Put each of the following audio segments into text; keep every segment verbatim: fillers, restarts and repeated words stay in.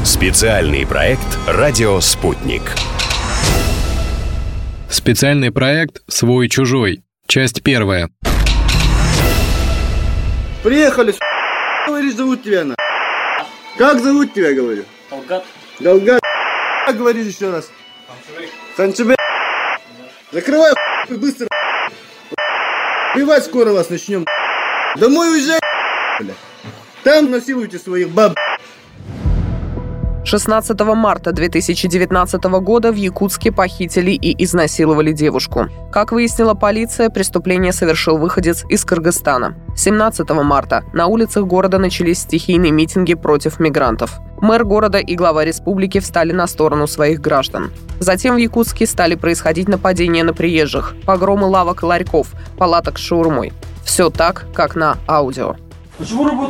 Специальный проект «Радио Спутник». Специальный проект «Свой-чужой». Часть первая. Приехали, с***, говоришь, зовут тебя, на. Как зовут тебя, говорю? Талгат. Талгат. Как говоришь еще раз? Ханчебек. Закрывай, хуй, быстро. Убивать скоро вас начнем. Домой уезжай, бля. Там насилуйте своих баб. шестнадцатого марта две тысячи девятнадцатого года в Якутске похитили и изнасиловали девушку. Как выяснила полиция, преступление совершил выходец из Кыргызстана. семнадцатого марта на улицах города начались стихийные митинги против мигрантов. Мэр города и глава республики встали на сторону своих граждан. Затем в Якутске стали происходить нападения на приезжих, погромы лавок и ларьков, палаток с шаурмой. Все так, как на аудио. Почему работает?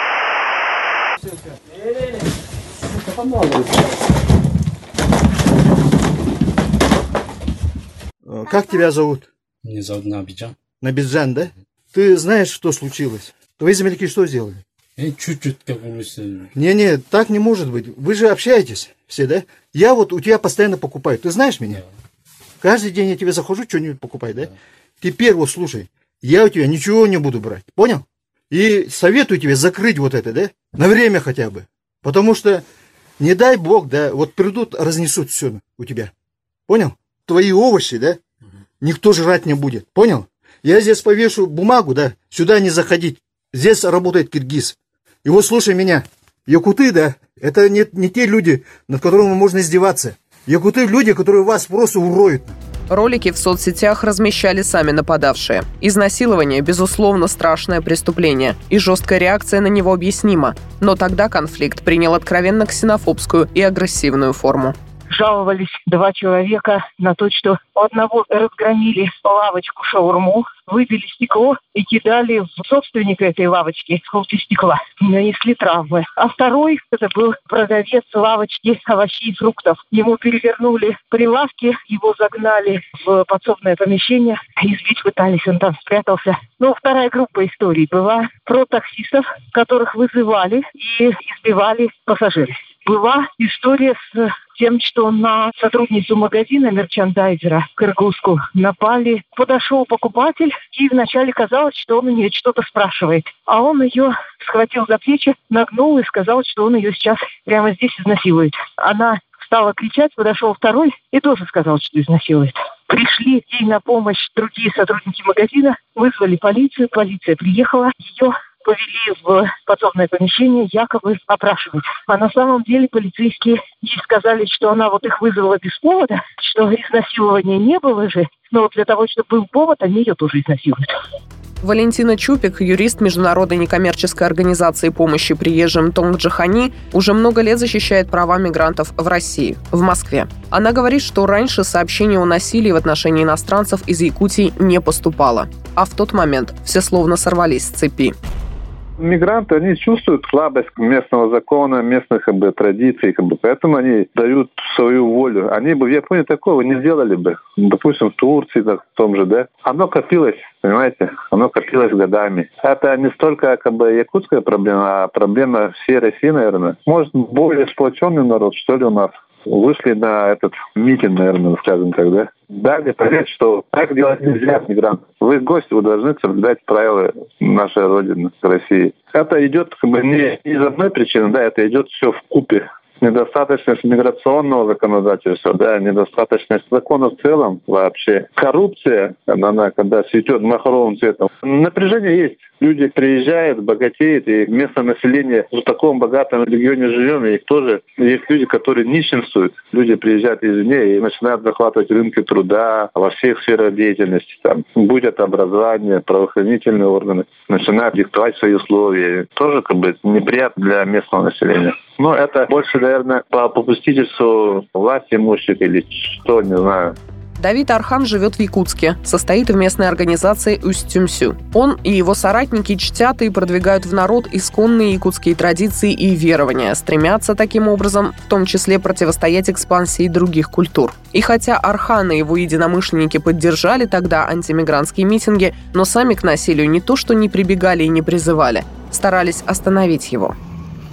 Как тебя зовут? Меня зовут Набиджан. Набиджан, да? Ты знаешь, что случилось? Твои земляки что сделали? Я чуть-чуть как бы... Не-не, так не может быть. Вы же общаетесь все, да? Я вот у тебя постоянно покупаю. Ты знаешь меня? Да. Каждый день я тебе захожу, что-нибудь покупай, да? Да. Теперь вот слушай, я у тебя ничего не буду брать. Понял? И советую тебе закрыть вот это, да? На время хотя бы. Потому что, не дай бог, да, вот придут, разнесут все у тебя. Понял? Твои овощи, да? Никто жрать не будет. Понял? Я здесь повешу бумагу, да? Сюда не заходить. Здесь работает киргиз. И вот слушай меня. Якуты, да, это не, не те люди, над которыми можно издеваться. Якуты — люди, которые вас просто уроют. Ролики в соцсетях размещали сами нападавшие. Изнасилование, безусловно, страшное преступление, и жесткая реакция на него объяснима. Но тогда конфликт принял откровенно ксенофобскую и агрессивную форму. Жаловались два человека на то, что у одного разгромили лавочку шаурму, выбили стекло и кидали в собственника этой лавочки куски стекла. Нанесли травмы. А второй, это был продавец лавочки овощей и фруктов. Ему перевернули прилавки, его загнали в подсобное помещение. Избить пытались, он там спрятался. Ну, вторая группа историй была про таксистов, которых вызывали и избивали пассажиров. Была история с тем, что на сотрудницу магазина мерчандайзера в Кыргызску напали. Подошел покупатель, и вначале казалось, что он у нее что-то спрашивает. А он ее схватил за плечи, нагнул и сказал, что он ее сейчас прямо здесь изнасилует. Она стала кричать, подошел второй и тоже сказал, что изнасилует. Пришли ей на помощь другие сотрудники магазина, вызвали полицию, полиция приехала, ее повели в подсобное помещение якобы опрашивать. А на самом деле полицейские ей сказали, что она вот их вызвала без повода, что изнасилования не было же, но вот для того, чтобы был повод, они ее тоже изнасилуют. Валентина Чупик, юрист международной некоммерческой организации помощи приезжим Тонгджихани, уже много лет защищает права мигрантов в России, в Москве. Она говорит, что раньше сообщений о насилии в отношении иностранцев из Якутии не поступало. А в тот момент все словно сорвались с цепи. Мигранты, они чувствуют слабость местного закона, местных как бы, традиций, как бы, поэтому они дают свою волю. Они бы в Японии такого не сделали бы. Допустим, в Турции, так, в том же, да. Оно копилось, понимаете, оно копилось годами. Это не столько как бы якутская проблема, а проблема всей России, наверное. Может, более сплоченный народ, что ли, у нас. Вышли на этот митинг, наверное, скажем так, да? Дали понять, что так делать нельзя, мигрантов. Вы гости, вы должны соблюдать правила нашей Родины, России. Это идет как бы не из одной причины, да, это идет все вкупе. Недостаточность миграционного законодательства, да, недостаточность закона в целом вообще. Коррупция, она когда цветет махровым цветом. Напряжение есть. Люди приезжают, богатеют, и местное население в таком богатом регионе живем, и тоже есть люди, которые нищенствуют. Люди приезжают извне и начинают захватывать рынки труда во всех сферах деятельности. Там, будь это образование, правоохранительные органы, начинают диктовать свои условия. Тоже как бы неприятно для местного населения. Но это больше, наверное, по попустительству власти имущих или что, не знаю. Давид Архан живет в Якутске, состоит в местной организации Устюмсю. Он и его соратники чтят и продвигают в народ исконные якутские традиции и верования, стремятся таким образом, в том числе, противостоять экспансии других культур. И хотя Архан и его единомышленники поддержали тогда антимигрантские митинги, но сами к насилию не то что не прибегали и не призывали, старались остановить его.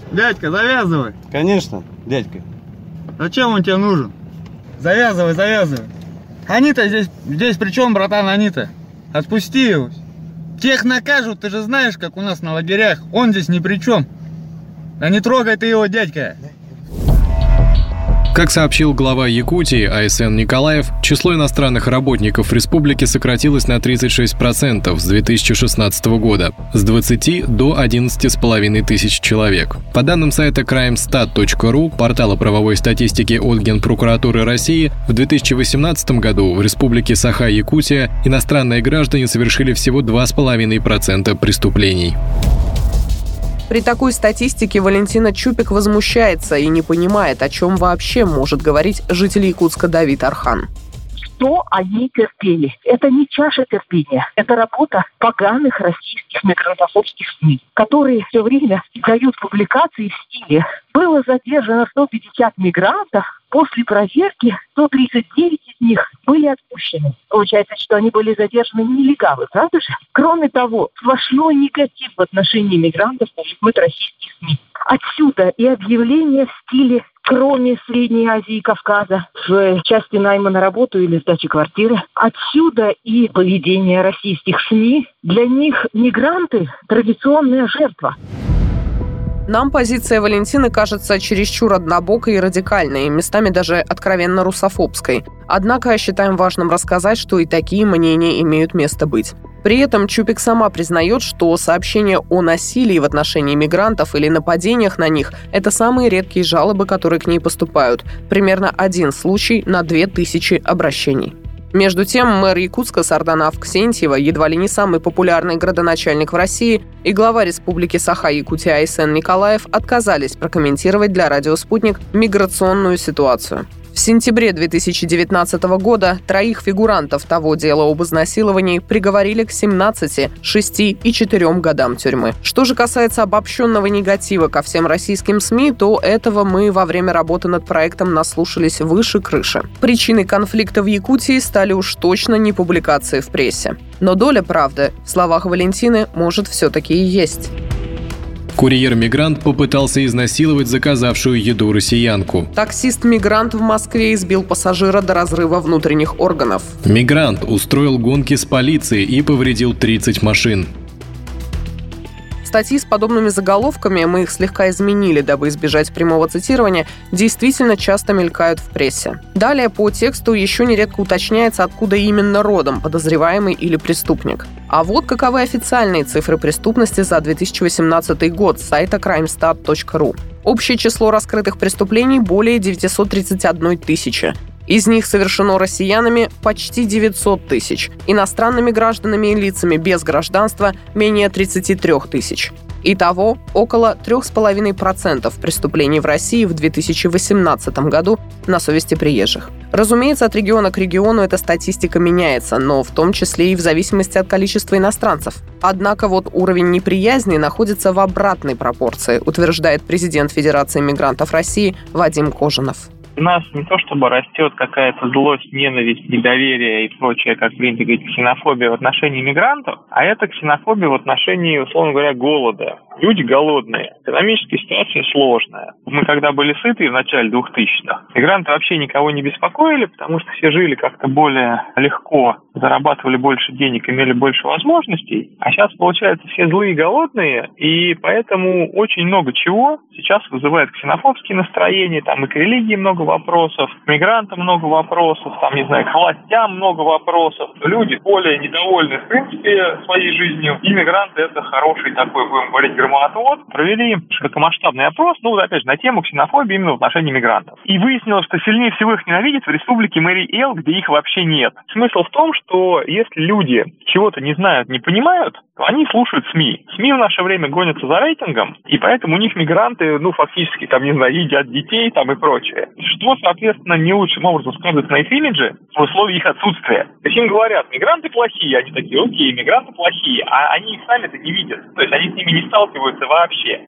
Дядька, завязывай. Конечно, дядька. Зачем он тебе нужен? Завязывай, завязывай. Они-то здесь, здесь при чем, братан, они-то? Отпусти его. Тех накажут, ты же знаешь, как у нас на лагерях. Он здесь ни при чем. Да не трогай ты его, дядька. Как сообщил глава Якутии А С Н Николаев, число иностранных работников в республике сократилось на тридцать шесть процентов с две тысячи шестнадцатого года, с двадцати до одиннадцати с половиной тысяч человек. По данным сайта крайм стат точка ру, портала правовой статистики от Генпрокуратуры России, в две тысячи восемнадцатом году в республике Саха-Якутия иностранные граждане совершили всего два с половиной процента преступлений. При такой статистике Валентина Чупик возмущается и не понимает, о чем вообще может говорить житель Якутска Давид Архан. Что они терпели? Это не чаша терпения. Это работа поганых российских мигрантофобских СМИ, которые все время дают публикации в стиле «Было задержано сто пятьдесят мигрантов, после проверки сто тридцать девять из них были отпущены». Получается, что они были задержаны нелегалы, правда же? Кроме того, сплошной негатив в отношении мигрантов публикуют российские СМИ. Отсюда и объявления в стиле «Кроме Средней Азии и Кавказа» в части найма на работу или сдачи квартиры. Отсюда и поведение российских СМИ. Для них мигранты – традиционная жертва. Нам позиция Валентины кажется чересчур однобокой и радикальной, местами даже откровенно русофобской. Однако считаем важным рассказать, что и такие мнения имеют место быть. При этом Чупик сама признает, что сообщения о насилии в отношении мигрантов или нападениях на них – это самые редкие жалобы, которые к ней поступают. Примерно один случай на две тысячи обращений. Между тем, мэр Якутска Сардана Авксентьева, едва ли не самый популярный градоначальник в России, и глава Республики Саха-Якутия А С Н Николаев отказались прокомментировать для «Радио Спутник» миграционную ситуацию. В сентябре две тысячи девятнадцатого года троих фигурантов того дела об изнасиловании приговорили к семнадцати, шести и четырем годам тюрьмы. Что же касается обобщенного негатива ко всем российским СМИ, то этого мы во время работы над проектом наслушались выше крыши. Причиной конфликта в Якутии стали уж точно не публикации в прессе. Но доля правды в словах Валентины может все-таки и есть. Курьер-мигрант попытался изнасиловать заказавшую еду россиянку. Таксист-мигрант в Москве избил пассажира до разрыва внутренних органов. Мигрант устроил гонки с полицией и повредил тридцать машин. Статьи с подобными заголовками, мы их слегка изменили, дабы избежать прямого цитирования, действительно часто мелькают в прессе. Далее по тексту еще нередко уточняется, откуда именно родом подозреваемый или преступник. А вот каковы официальные цифры преступности за две тысячи восемнадцатый год с сайта крайм стат точка ру. Общее число раскрытых преступлений более девятьсот тридцать одной тысячи. Из них совершено россиянами почти девятьсот тысяч, иностранными гражданами и лицами без гражданства менее тридцати трёх тысяч. Итого около три с половиной процента преступлений в России в две тысячи восемнадцатом году на совести приезжих. Разумеется, от региона к региону эта статистика меняется, но в том числе и в зависимости от количества иностранцев. Однако вот уровень неприязни находится в обратной пропорции, утверждает президент Федерации мигрантов России Вадим Кожинов. У нас не то чтобы растет какая-то злость, ненависть, недоверие и прочее, как принято говорить, ксенофобия в отношении мигрантов, а это ксенофобия в отношении, условно говоря, голода. Люди голодные, экономическая ситуация сложная. Мы когда были сыты в начале двухтысячных, мигранты вообще никого не беспокоили, потому что все жили как-то более легко, зарабатывали больше денег, имели больше возможностей. А сейчас, получается, все злые и голодные, и поэтому очень много чего сейчас вызывает ксенофобские настроения, там и к религии много вопросов, к мигрантам много вопросов, там, не знаю, к властям много вопросов. Люди более недовольны, в принципе, своей жизнью, и мигранты — это хороший такой, будем говорить, громоотвод. Провели широкомасштабный опрос, ну, опять же, на тему ксенофобии именно в отношении мигрантов. И выяснилось, что сильнее всего их ненавидят в республике Мэри Эл, где их вообще нет. Смысл в том, что если люди чего-то не знают, не понимают, то они слушают СМИ. СМИ в наше время гонятся за рейтингом, и поэтому у них мигранты, ну, фактически, там, не знаю, едят детей, там, и прочее. Что, соответственно, не лучшим образом сказывается на их имидже в условиях их отсутствия. То есть им говорят, мигранты плохие, они такие, окей, мигранты плохие, а они их сами-то не видят. То есть они с ними не сталкиваются вообще.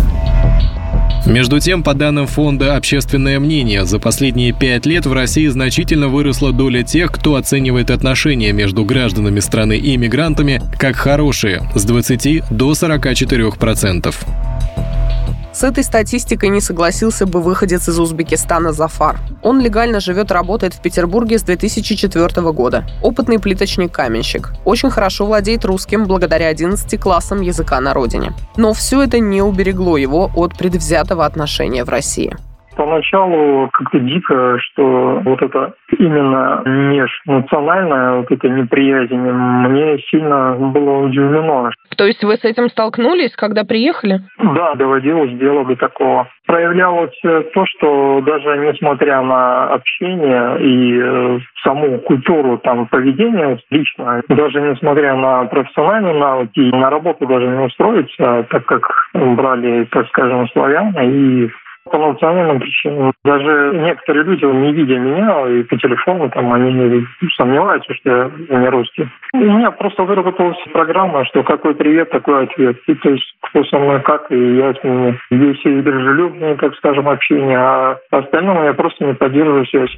Между тем, по данным фонда «Общественное мнение», за последние пять лет в России значительно выросла доля тех, кто оценивает отношения между гражданами страны и мигрантами как хорошие, с двадцати до сорока четырёх процентов. С этой статистикой не согласился бы выходец из Узбекистана Зафар. Он легально живет и работает в Петербурге с две тысячи четвёртого года. Опытный плиточник-каменщик. Очень хорошо владеет русским благодаря одиннадцати классам языка на родине. Но все это не уберегло его от предвзятого отношения в России. Поначалу как-то дико, что вот это именно межнациональная вот эта неприязнь мне сильно было удивлено. То есть вы с этим столкнулись, когда приехали? Да, доводилось дело до такого. Проявлялось то, что даже несмотря на общение и саму культуру там поведения лично, даже несмотря на профессиональные навыки, на работу даже не устроиться, так как брали, так скажем, славян и по национальным причинам. Даже некоторые люди, не видя меня и по телефону, там, они сомневаются, что я не русский. У меня просто выработалась программа, что какой привет, такой ответ. И то есть кто со мной как, и я с ними. Здесь и дружелюбное, так скажем, общение, а остальное я просто не поддерживаю связь.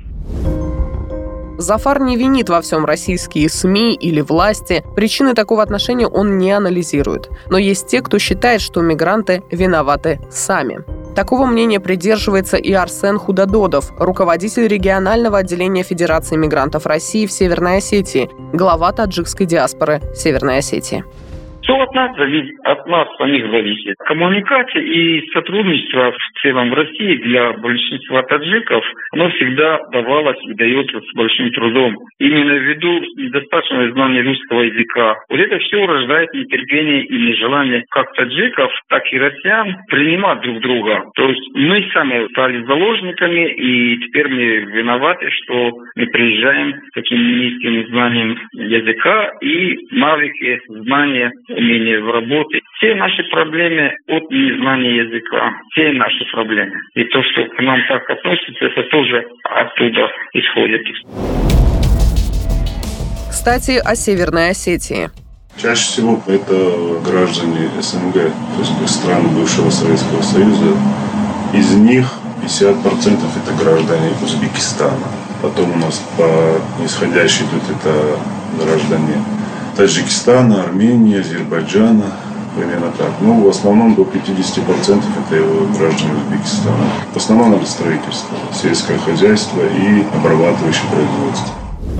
Зафар не винит во всем российские СМИ или власти. Причины такого отношения он не анализирует. Но есть те, кто считает, что мигранты виноваты сами. Такого мнения придерживается и Арсен Худододов, руководитель регионального отделения Федерации мигрантов России в Северной Осетии, глава таджикской диаспоры Северной Осетии. Все от нас зависит, от нас самих зависит. Коммуникация и сотрудничество в целом в России для большинства таджиков, оно всегда давалось и дается с большим трудом. Именно ввиду недостаточного знания русского языка. Вот это все рождает нетерпение и нежелание как таджиков, так и россиян принимать друг друга. То есть мы сами стали заложниками, и теперь мы виноваты, что мы приезжаем с таким низким знанием языка и навыки, знания, умение в работе. Все наши проблемы от незнания языка. Все наши проблемы. И то, что к нам так относится, это тоже оттуда исходит. Кстати, о Северной Осетии. Чаще всего это граждане СНГ, то есть стран бывшего Советского Союза. Из них пятьдесят процентов это граждане Узбекистана. Потом у нас по нисходящей идут это граждане Таджикистана, Армении, Азербайджана, примерно так. Ну, в основном до пятьдесят процентов это граждане Узбекистана. В основном это строительство, сельское хозяйство и обрабатывающее производство.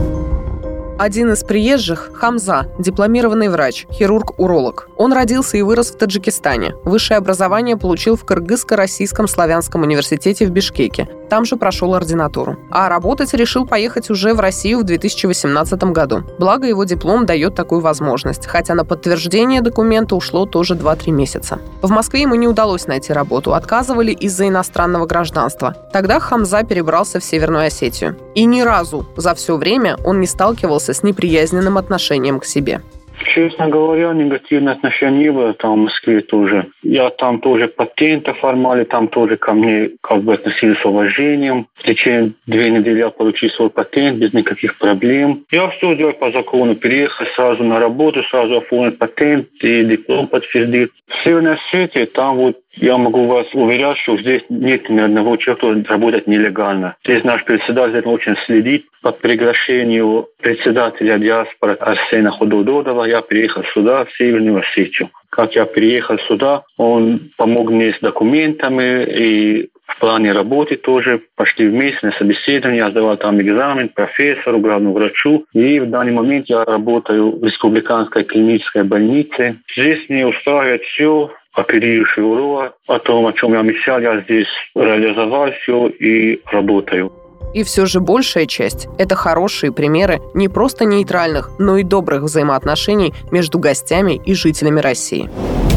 Один из приезжих – Хамза, дипломированный врач, хирург-уролог. Он родился и вырос в Таджикистане. Высшее образование получил в Кыргызско-Российском славянском университете в Бишкеке. Там же прошел ординатуру. А работать решил поехать уже в Россию в две тысячи восемнадцатом году. Благо, его диплом дает такую возможность, хотя на подтверждение документа ушло тоже два-три месяца. В Москве ему не удалось найти работу, отказывали из-за иностранного гражданства. Тогда Хамза перебрался в Северную Осетию. И ни разу за все время он не сталкивался с неприязненным отношением к себе. Честно говоря, негативное отношение не было там в Москве тоже. Я там тоже патент оформляли, там тоже ко мне как бы относились с уважением. В течение две недели я получил свой патент без никаких проблем. Я все делал по закону, переехал сразу на работу, сразу оформил патент и диплом подтвердил. В Северной Осетии там вот я могу вас уверять, что здесь нет ни одного человека, кто работает нелегально. Здесь наш председатель очень следит. По приглашению председателя диаспоры Арсена Худододова я приехал сюда, в Северную Осетию. Как я приехал сюда, он помог мне с документами и в плане работы тоже. Пошли вместе на собеседование, я сдавал там экзамен профессору, главному врачу. И в данный момент я работаю в республиканской клинической больнице. Здесь мне устраивает все. Оперирующий уролог, о том, о чем я мечтал, я здесь реализовал все и работаю. И все же большая часть – это хорошие примеры не просто нейтральных, но и добрых взаимоотношений между гостями и жителями России.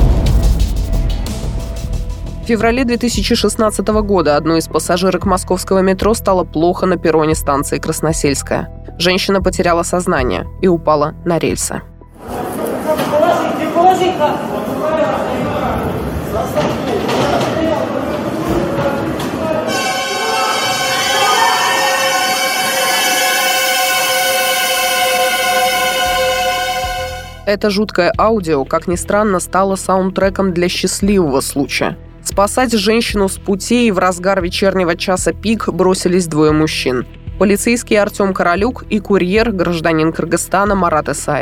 В феврале две тысячи шестнадцатого года одной из пассажирок московского метро стало плохо на перроне станции Красносельская. Женщина потеряла сознание и упала на рельсы. Это жуткое аудио, как ни странно, стало саундтреком для счастливого случая. Спасать женщину с путей в разгар вечернего часа пик бросились двое мужчин. Полицейский Артем Королюк и курьер, гражданин Кыргызстана Марат Исаев.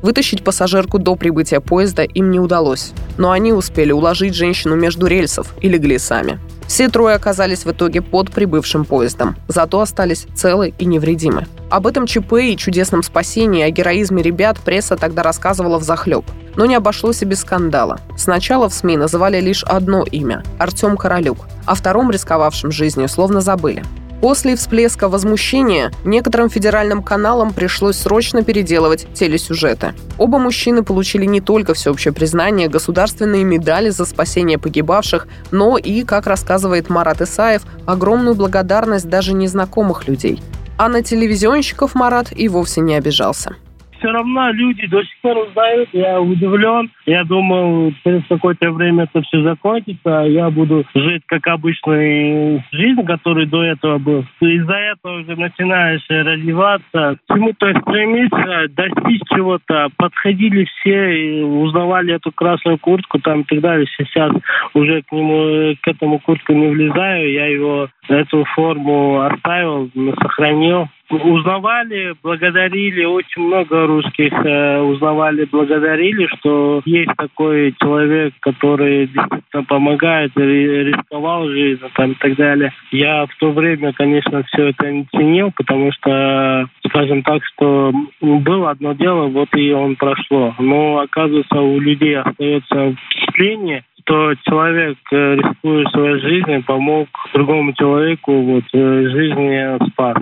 Вытащить пассажирку до прибытия поезда им не удалось, но они успели уложить женщину между рельсов и легли сами. Все трое оказались в итоге под прибывшим поездом, зато остались целы и невредимы. Об этом ЧП и чудесном спасении, о героизме ребят пресса тогда рассказывала взахлеб. Но не обошлось и без скандала. Сначала в СМИ называли лишь одно имя – Артем Королюк, о втором, рисковавшем жизнью, словно забыли. После всплеска возмущения некоторым федеральным каналам пришлось срочно переделывать телесюжеты. Оба мужчины получили не только всеобщее признание, государственные медали за спасение погибавших, но и, как рассказывает Марат Исаев, огромную благодарность даже незнакомых людей. А на телевизионщиков Марат и вовсе не обижался. Все равно люди до сих пор узнают, я удивлен. Я думал, через какое-то время это все закончится, а я буду жить как обычную жизнь, которая до этого была. Из-за этого уже начинаешь развиваться, к чему-то стремиться, достичь чего-то. Подходили все и узнавали эту красную куртку там и так далее. Сейчас уже к нему, к этому куртку не влезаю, я его, эту форму оставил, сохранил. Узнавали, благодарили, очень много русских э, узнавали, благодарили, что есть такой человек, который действительно помогает, рисковал жизнью там, и так далее. Я в то время, конечно, все это не ценил, потому что, скажем так, что было одно дело, вот и он прошло. Но, оказывается, у людей остается впечатление, что человек, рискуя своей жизнью, помог другому человеку, вот, жизни спас.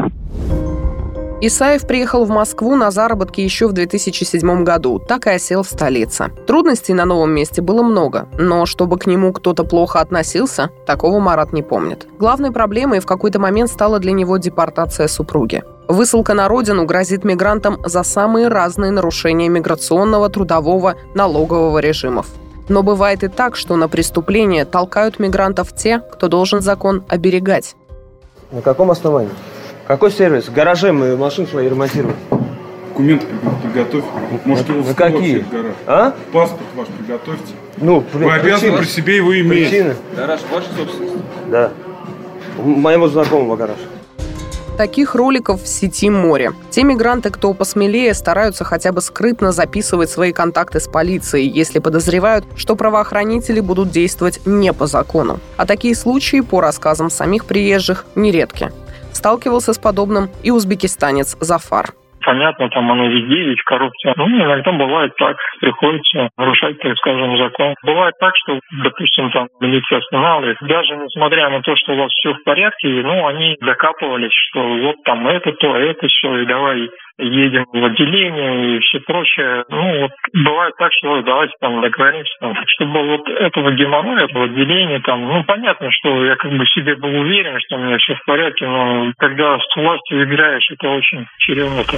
Исаев приехал в Москву на заработки еще в две тысячи седьмом году, так и осел в столице. Трудностей на новом месте было много, но чтобы к нему кто-то плохо относился, такого Марат не помнит. Главной проблемой в какой-то момент стала для него депортация супруги. Высылка на родину грозит мигрантам за самые разные нарушения миграционного, трудового, налогового режимов. Но бывает и так, что на преступления толкают мигрантов те, кто должен закон оберегать. На каком основании? Какой сервис? В гараже мы машину свои ремонтируем. Документы приготовь. Может, на, у вас на какие? Гараж. А? Паспорт ваш приготовьте. Ну, Вы обязаны при себе его иметь. Причины. Гараж ваша собственность? Да. У моего знакомого гараж. Таких роликов в сети море. Те мигранты, кто посмелее, стараются хотя бы скрытно записывать свои контакты с полицией, если подозревают, что правоохранители будут действовать не по закону. А такие случаи, по рассказам самих приезжих, нередки. Сталкивался с подобным и узбекистанец Зафар. Понятно, там оно везде, ведь коррупция. Ну, иногда бывает так, приходится нарушать, так скажем, закон. Бывает так, что, допустим, там милиция останавливает. Даже несмотря на то, что у вас все в порядке, ну, они докапывались, что вот там это, то, это, все, и давай едем в отделение и все прочее. Ну, вот бывает так, что давайте там договоримся, там, чтобы вот этого геморроя, этого отделения, там, ну, понятно, что я как бы себе был уверен, что у меня все в порядке, но когда с властью играешь, это очень чревато.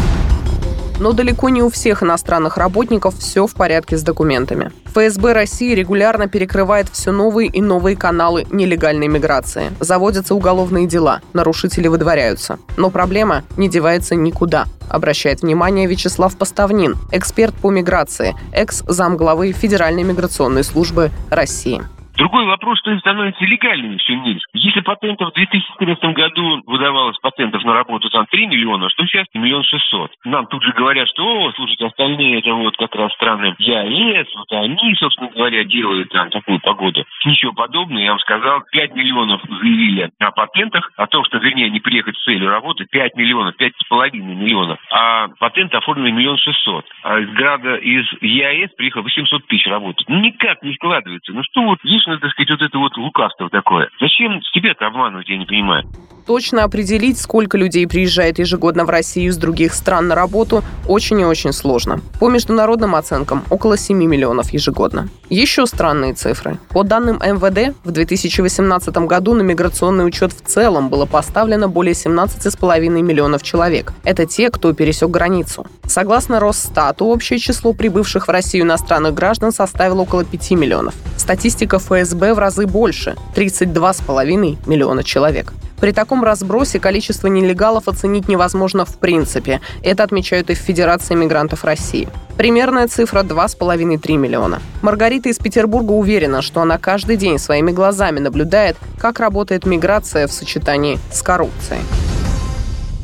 Но далеко не у всех иностранных работников все в порядке с документами. ФСБ России регулярно перекрывает все новые и новые каналы нелегальной миграции. Заводятся уголовные дела, нарушители выдворяются. Но проблема не девается никуда, обращает внимание Вячеслав Поставнин, эксперт по миграции, экс-замглавы Федеральной миграционной службы России. Другой вопрос, что они становятся легальными все в мире. Если патентов в две тысячи четырнадцатом году выдавалось патентов на работу там три миллиона, что сейчас миллион шестьсот. Нам тут же говорят, что, о, слушайте, остальные это вот как раз страны ЕАЭС, вот они, собственно говоря, делают там такую погоду. Ничего подобного, я вам сказал, пять миллионов заявили о патентах, о том, что, вернее, не приехать с целью работы, пять миллионов, пять с половиной миллионов, а патенты оформлены миллион шестьсот. А из града, из ЕАЭС приехало восемьсот тысяч работать. Ну, никак не складывается. Ну, что вот, есть, так сказать, вот это вот лукавство такое. Зачем тебя-то обманывать, я не понимаю. Точно определить, сколько людей приезжает ежегодно в Россию из других стран на работу, очень и очень сложно. По международным оценкам, около семи миллионов ежегодно. Еще странные цифры. По данным эм вэ дэ, в две тысячи восемнадцатом году на миграционный учет в целом было поставлено более семнадцать с половиной миллионов человек. Это те, кто пересек границу. Согласно Росстату, общее число прибывших в Россию иностранных граждан составило около пяти миллионов. Статистика эф эс бэ в разы больше – тридцать два с половиной миллиона человек. При таком разбросе количество нелегалов оценить невозможно в принципе. Это отмечают и в Федерации мигрантов России. Примерная цифра два с половиной - три миллиона. Маргарита из Петербурга уверена, что она каждый день своими глазами наблюдает, как работает миграция в сочетании с коррупцией.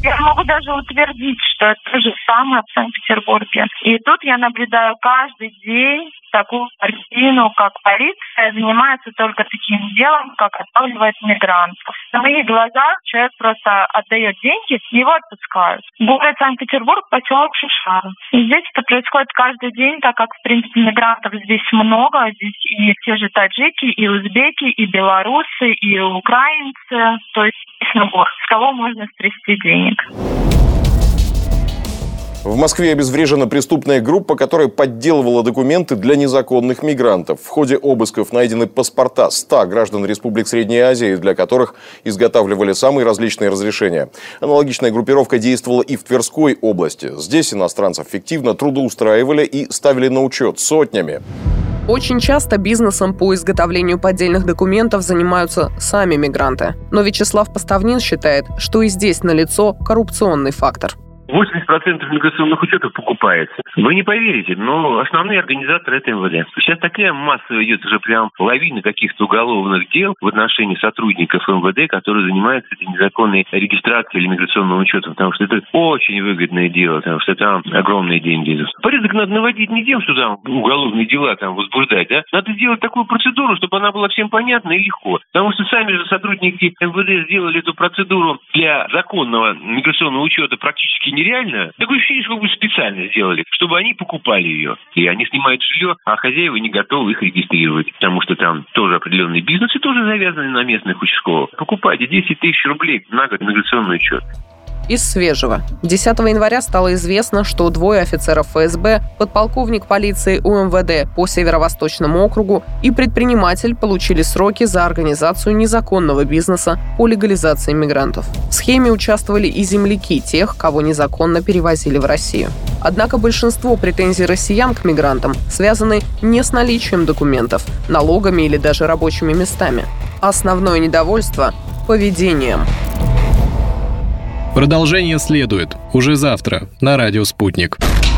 Я могу даже утвердить, что это то же самое в Санкт-Петербурге. И тут я наблюдаю каждый день такую картину, как полиция занимается только таким делом, как отлавливает мигрантов. На моих глазах человек просто отдает деньги, и его отпускают. Город Санкт-Петербург, поселок Шишара. И здесь это происходит каждый день, так как, в принципе, мигрантов здесь много. Здесь и те же таджики, и узбеки, и белорусы, и украинцы. То есть, с кого можно стрясти денег. В Москве обезврежена преступная группа, которая подделывала документы для незаконных мигрантов. В ходе обысков найдены паспорта ста граждан республик Средней Азии, для которых изготавливали самые различные разрешения. Аналогичная группировка действовала и в Тверской области. Здесь иностранцев фиктивно трудоустраивали и ставили на учет сотнями. Очень часто бизнесом по изготовлению поддельных документов занимаются сами мигранты. Но Вячеслав Поставнин считает, что и здесь налицо коррупционный фактор. восемьдесят процентов миграционных учетов покупается. Вы не поверите, но основные организаторы — это эм вэ дэ. Сейчас такая масса идет уже прям лавина каких-то уголовных дел в отношении сотрудников эм вэ дэ, которые занимаются этой незаконной регистрацией или миграционным учетом, потому что это очень выгодное дело, потому что там огромные деньги идут. Порядок надо наводить не тем, что там уголовные дела там возбуждать, да? Надо сделать такую процедуру, чтобы она была всем понятна и легко. Потому что сами же сотрудники эм вэ дэ сделали эту процедуру для законного миграционного учета практически нереально. Такое ощущение, что вы специально сделали, чтобы они покупали ее. И они снимают жилье, а хозяева не готовы их регистрировать. Потому что там тоже определенный бизнес и тоже завязаны на местных участковых. Покупайте десять тысяч рублей на год миграционный учет. Из свежего. десятого января стало известно, что двое офицеров эф эс бэ, подполковник полиции у эм вэ дэ по Северо-Восточному округу и предприниматель получили сроки за организацию незаконного бизнеса по легализации мигрантов. В схеме участвовали и земляки тех, кого незаконно перевозили в Россию. Однако большинство претензий россиян к мигрантам связаны не с наличием документов, налогами или даже рабочими местами. Основное недовольство – поведением. Продолжение следует уже завтра на радио «Спутник».